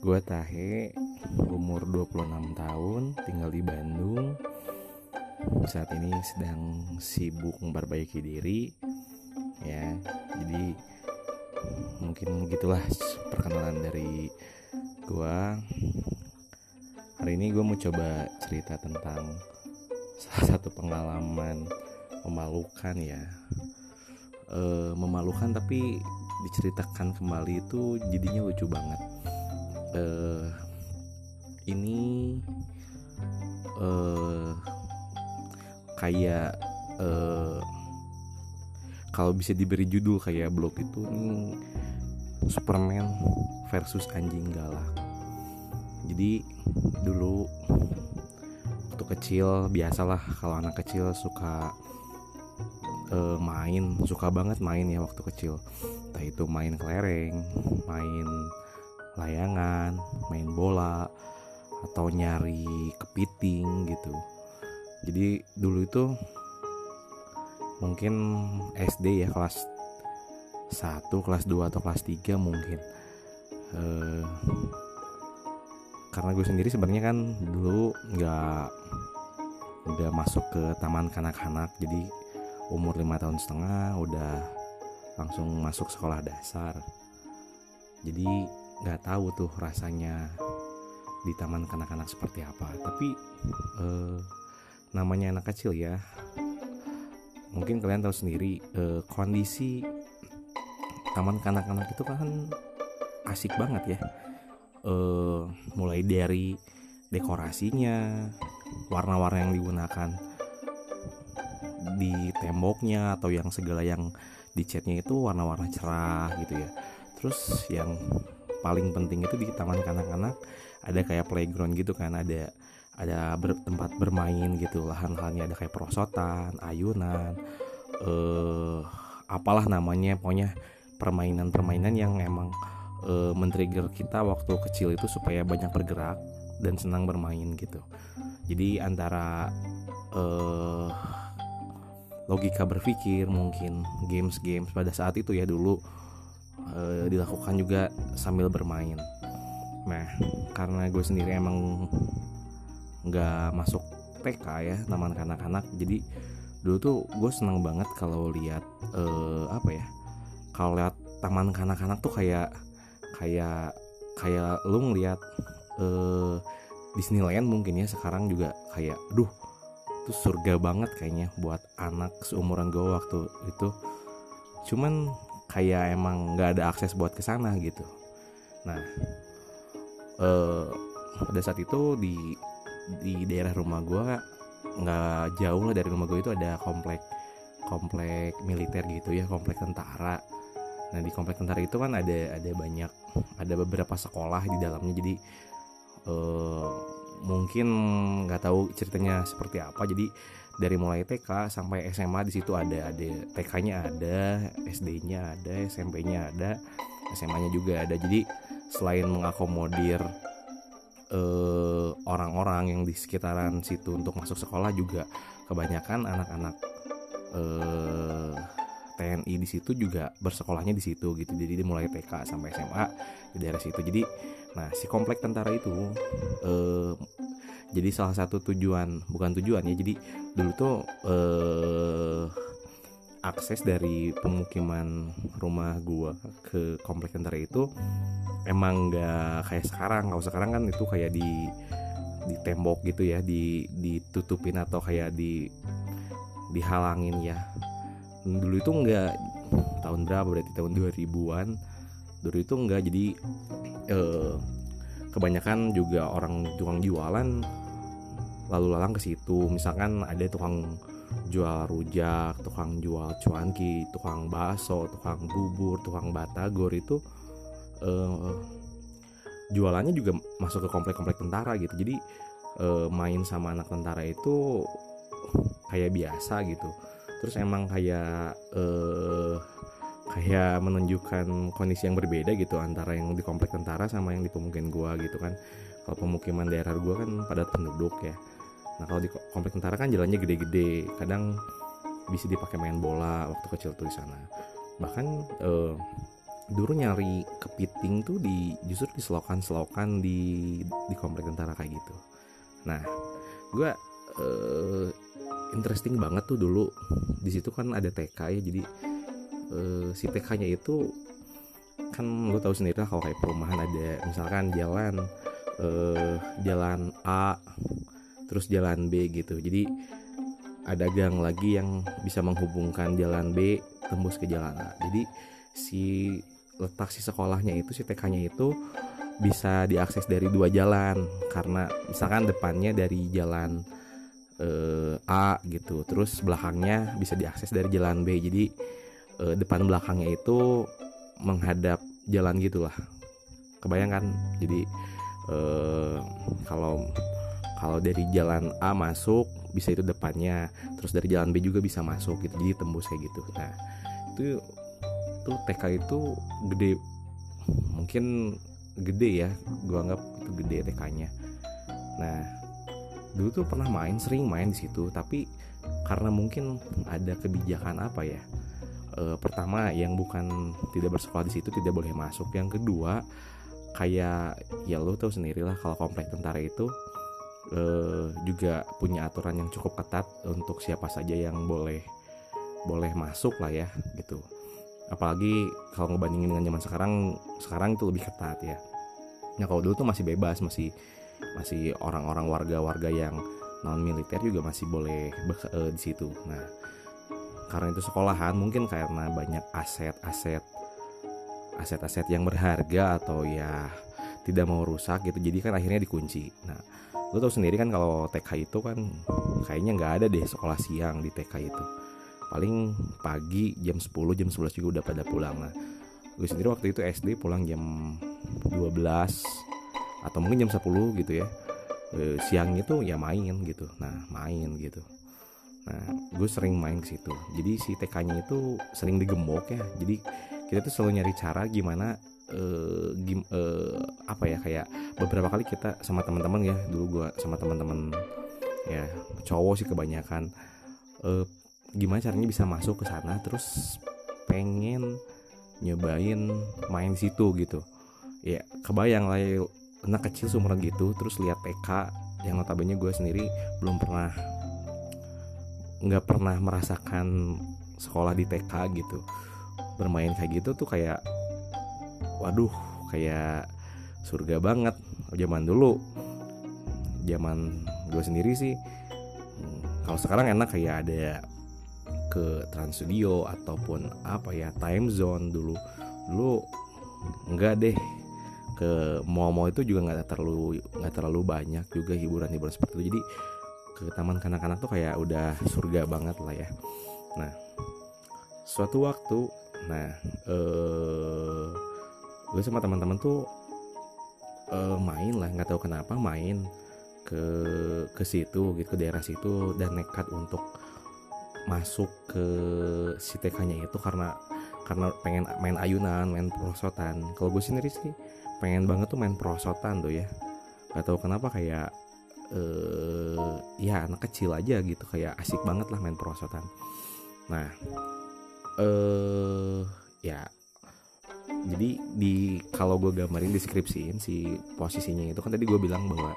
Gua Tahe, umur 26 tahun, tinggal di Bandung. Saat ini sedang sibuk memperbaiki diri. Ya, jadi mungkin gitulah perkenalan dari gua. Hari ini gua mau coba cerita tentang salah satu pengalaman memalukan ya. Memalukan tapi diceritakan kembali itu jadinya lucu banget. Ini kayak kalau bisa diberi judul kayak blog itu ini Superman versus anjing galak. Jadi dulu waktu kecil biasalah kalau anak kecil suka suka banget main ya waktu kecil. Entah itu main kelereng, main layangan, main bola, atau nyari kepiting gitu. Jadi dulu itu mungkin SD ya, kelas 1, kelas 2 atau kelas 3 mungkin. Karena gue sendiri sebenarnya kan dulu udah masuk ke taman kanak-kanak. Jadi umur 5,5 tahun udah langsung masuk sekolah dasar. Jadi gak tahu tuh rasanya di taman kanak-kanak seperti apa. Tapi namanya anak kecil ya, mungkin kalian tahu sendiri kondisi taman kanak-kanak itu kan asik banget ya. Mulai dari dekorasinya, warna-warna yang digunakan di temboknya atau yang segala yang dicatnya itu warna-warna cerah gitu ya. Terus yang paling penting itu di taman kanak-kanak ada kayak playground gitu kan, ada tempat bermain gitu, lahan-lahannya ada kayak perosotan, ayunan, apalah namanya, pokoknya permainan-permainan yang emang men-trigger kita waktu kecil itu supaya banyak bergerak dan senang bermain gitu. Jadi antara logika berpikir, mungkin games pada saat itu ya dulu dilakukan juga sambil bermain. Nah, karena gue sendiri emang nggak masuk TK ya, taman kanak-kanak, jadi dulu tuh gue senang banget kalau lihat kalau lihat taman kanak-kanak tuh kayak lu ngeliat Disneyland mungkin ya sekarang juga, kayak itu surga banget kayaknya buat anak seumuran gue waktu itu. Cuman kayak emang nggak ada akses buat kesana gitu. Nah, pada saat itu di daerah rumah gue, nggak jauh lah dari rumah gue itu ada komplek militer gitu ya, komplek tentara. Nah, di komplek tentara itu kan ada beberapa sekolah di dalamnya. Jadi mungkin nggak tahu ceritanya seperti apa. Jadi dari mulai TK sampai SMA di situ ada TK-nya ada, SD-nya ada, SMP-nya ada, SMA-nya juga ada. Jadi selain mengakomodir orang-orang yang di sekitaran situ untuk masuk sekolah, juga kebanyakan anak-anak TNI di situ juga bersekolahnya di situ gitu. Jadi mulai TK sampai SMA di daerah situ. Jadi nah, si komplek tentara itu jadi salah satu bukan tujuan ya. Jadi dulu tuh akses dari pemukiman rumah gua ke komplek tentara itu emang nggak kayak sekarang. Kalau sekarang kan itu kayak di tembok gitu ya, ditutupin atau kayak dihalangin ya. Dulu itu enggak, tahun berapa, berarti tahun 2000-an. Dulu itu enggak, jadi kebanyakan juga orang tukang jualan lalu lalang ke situ. Misalkan ada tukang jual rujak, tukang jual cuanki, tukang bakso, tukang bubur, tukang batagor, itu jualannya juga masuk ke komplek-komplek tentara gitu. Jadi main sama anak tentara itu kayak biasa gitu. Terus emang kayak menunjukkan kondisi yang berbeda gitu antara yang di komplek tentara sama yang di pemukiman gua gitu kan. Kalau pemukiman daerah gua kan padat penduduk ya. Nah, kalau di komplek tentara kan jalannya gede-gede, kadang bisa dipakai main bola waktu kecil tuh di sana. Bahkan dulu nyari kepiting tuh justru di selokan di komplek tentara kayak gitu. Nah, gue interesting banget tuh dulu. Di situ kan ada TK ya, jadi si TK-nya itu kan lu tahu sendiri lah, kalau kayak perumahan ada misalkan jalan A terus jalan B gitu. Jadi ada gang lagi yang bisa menghubungkan jalan B tembus ke jalan A. Jadi letak si sekolahnya itu, si TK-nya itu bisa diakses dari dua jalan, karena misalkan depannya dari jalan A gitu, terus belakangnya bisa diakses dari jalan B. Jadi depan belakangnya itu menghadap jalan gitulah, kebayang kan? Jadi kalau dari jalan A masuk bisa itu depannya, terus dari jalan B juga bisa masuk gitu, jadi tembus kayak gitu. Nah itu tuh TK itu gede, mungkin gede ya, gua anggap itu gede TK-nya. Nah dulu tuh sering main di situ, tapi karena mungkin ada kebijakan apa ya, pertama yang bukan tidak bersekolah di situ tidak boleh masuk. Yang kedua kayak ya lo tahu sendiri lah, kalau komplek tentara itu juga punya aturan yang cukup ketat untuk siapa saja yang boleh masuk lah ya gitu. Apalagi kalau ngebandingin dengan zaman sekarang itu lebih ketat ya. Nah kalau dulu tuh masih bebas, masih orang-orang warga yang non militer juga masih boleh di situ. Nah karena itu sekolahan, mungkin karena banyak aset-aset yang berharga atau ya tidak mau rusak gitu, jadi kan akhirnya dikunci. Nah lo tau sendiri kan kalau TK itu kan kayaknya nggak ada deh sekolah siang di TK itu, paling pagi jam 10 jam 11 juga udah pada pulang. Nah gue sendiri waktu itu SD pulang jam 12 atau mungkin jam 10 gitu ya. Siangnya tuh ya main gitu. Nah gue sering main ke situ. Jadi si TK-nya itu sering digembok ya. Jadi kita tuh selalu nyari cara gimana apa ya, kayak beberapa kali kita sama teman-teman ya, dulu gue sama teman-teman ya cowok sih kebanyakan, gimana caranya bisa masuk ke sana, terus pengen nyobain main di situ gitu. Ya kebayang lah ya, anak kecil seumuran gitu, terus lihat TK yang notabene gue sendiri nggak pernah merasakan sekolah di TK gitu, bermain kayak gitu tuh kayak waduh, kayak surga banget. Zaman gue sendiri sih, kalau sekarang enak kayak ada ke Trans Studio ataupun apa ya, Time Zone. Dulu enggak deh, ke mall-mall itu juga nggak terlalu banyak juga hiburan seperti itu. Jadi ke taman kanak-kanak tuh kayak udah surga banget lah ya. Nah suatu waktu, gue sama teman-teman tuh main lah, nggak tahu kenapa main ke situ gitu, ke daerah situ, dan nekat untuk masuk ke si TK-nya itu karena pengen main ayunan, main perosotan. Kalau gue sendiri sih pengen banget tuh main perosotan tuh ya, nggak tahu kenapa, kayak ya anak kecil aja gitu, kayak asik banget lah main perosotan. Nah ya jadi kalau gue gambarin, deskripsiin si posisinya itu kan, tadi gue bilang bahwa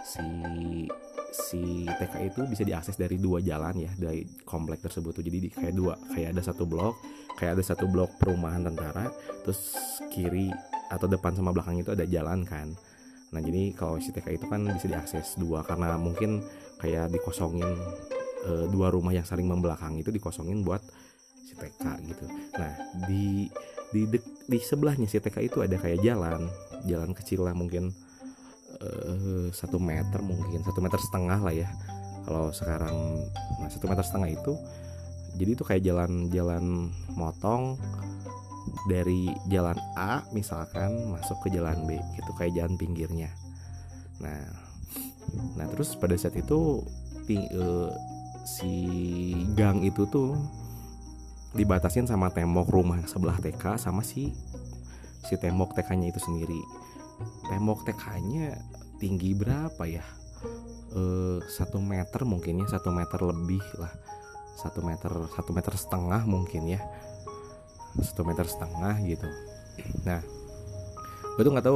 si TK itu bisa diakses dari dua jalan ya, dari komplek tersebut tuh. Jadi kayak ada satu blok perumahan tentara, terus kiri atau depan sama belakang itu ada jalan kan. Nah jadi kalau si TK itu kan bisa diakses dua, karena mungkin kayak dikosongin, dua rumah yang saling membelakang itu dikosongin buat si TK gitu. Nah di sebelahnya si TK itu ada kayak jalan kecil lah, mungkin 1 meter, mungkin 1,5 meter lah ya kalau sekarang. Nah 1,5 meter itu jadi itu kayak jalan motong dari jalan A misalkan masuk ke jalan B gitu, kayak jalan pinggirnya. Nah terus pada saat itu si gang itu tuh dibatasin sama tembok rumah sebelah TK sama si tembok TK-nya itu sendiri. Tembok TK-nya tinggi berapa ya? 1 meter mungkin ya, 1 meter lebih lah, 1 meter setengah mungkin ya, 1,5 meter gitu. Nah, gue tuh nggak tahu,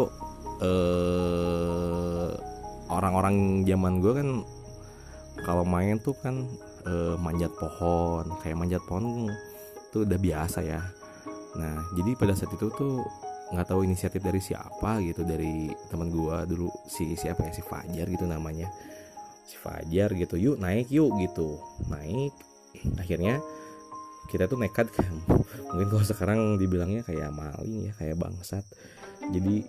orang-orang zaman gue kan kalau main tuh kan manjat pohon, kayak manjat pohon tuh udah biasa ya. Nah, jadi pada saat itu tuh nggak tahu inisiatif dari siapa gitu, dari teman gue dulu, siapa ya, si Fajar gitu namanya, si Fajar gitu, yuk naik yuk gitu, naik. Akhirnya kita tuh nekat kan, mungkin kalau sekarang dibilangnya kayak maling ya, kayak bangsat. Jadi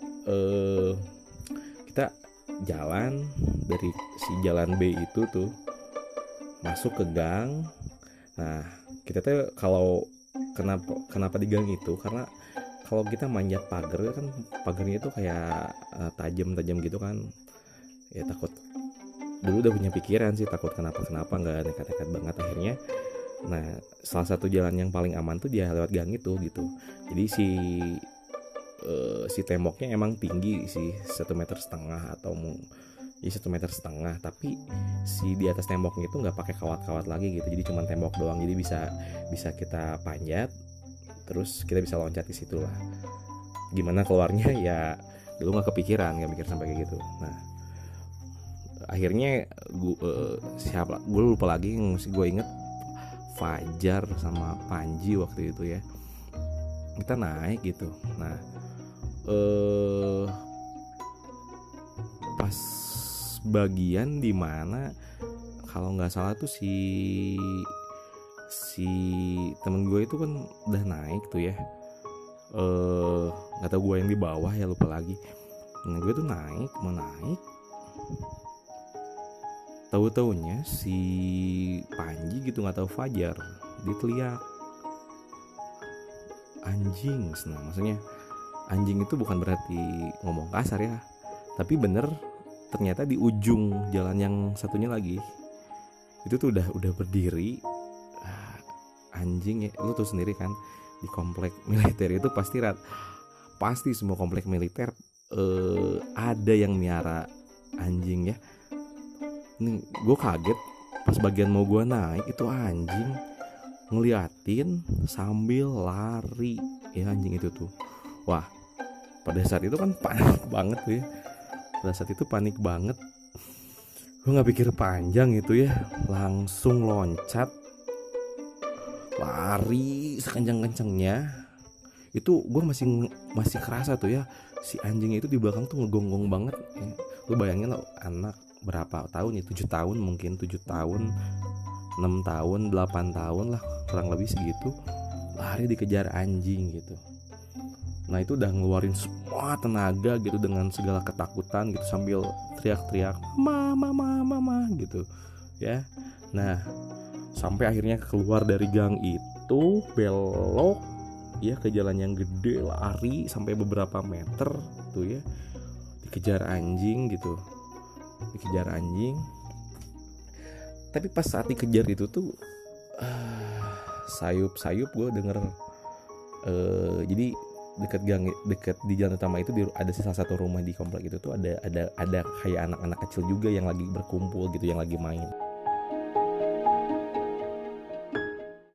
kita jalan dari si jalan B itu tuh masuk ke gang. Nah, kita tuh kalau kenapa di gang itu, karena kalau kita manjat pagar kan, pagarnya itu kayak tajam-tajam gitu kan ya, takut. Dulu udah punya pikiran sih, takut kenapa nggak nekat-nekat banget. Akhirnya, nah, salah satu jalan yang paling aman tuh dia lewat gang itu gitu. Jadi si temboknya emang tinggi sih, 1,5 meter atau ya 1,5 meter, tapi si di atas temboknya itu nggak pakai kawat-kawat lagi gitu, jadi cuma tembok doang, jadi bisa kita panjat, terus kita bisa loncat di situ lah. Gimana keluarnya ya dulu nggak kepikiran, nggak mikir sampai kayak gitu. Nah, akhirnya gue lupa lagi, yang gue inget Fajar sama Panji waktu itu ya, kita naik gitu. Nah, pas bagian dimana kalau nggak salah tuh si temen gue itu kan udah naik tuh ya, nggak tahu gue yang di bawah ya, lupa lagi. Nah, gue tuh mau naik, tahu-taunya si Panji gitu, nggak tahu Fajar, dia teriak anjing. Nah, maksudnya anjing itu bukan berarti ngomong kasar ya, tapi bener, ternyata di ujung jalan yang satunya lagi itu tuh udah berdiri anjing ya. Lu tuh sendiri kan, di komplek militer itu pasti semua komplek militer ada yang miara anjing ya. Ini gue kaget pas bagian mau gue naik, itu anjing ngeliatin sambil lari ya, anjing itu tuh. Wah, pada saat itu kan panik banget tuh ya. Pada saat itu panik banget, gue nggak pikir panjang itu ya, langsung loncat, lari sekencang-kencangnya. Itu gue masih kerasa tuh ya, si anjing itu di belakang tuh ngegonggong banget ya. Lu bayangin lo, anak berapa tahun ya, 7 tahun mungkin, 7 tahun, 6 tahun, 8 tahun lah kurang lebih segitu, lari dikejar anjing gitu. Nah, itu udah ngeluarin semua tenaga gitu, dengan segala ketakutan gitu, sambil teriak-teriak mama gitu ya. Nah, sampai akhirnya keluar dari gang itu, belok ya ke jalan yang gede, lari sampai beberapa meter tuh ya, dikejar anjing gitu, dikejar anjing. Tapi pas saat dikejar itu tuh sayup-sayup gue denger, jadi dekat di jalan utama itu ada salah satu rumah di komplek itu tuh ada kayak anak-anak kecil juga yang lagi berkumpul gitu, yang lagi main.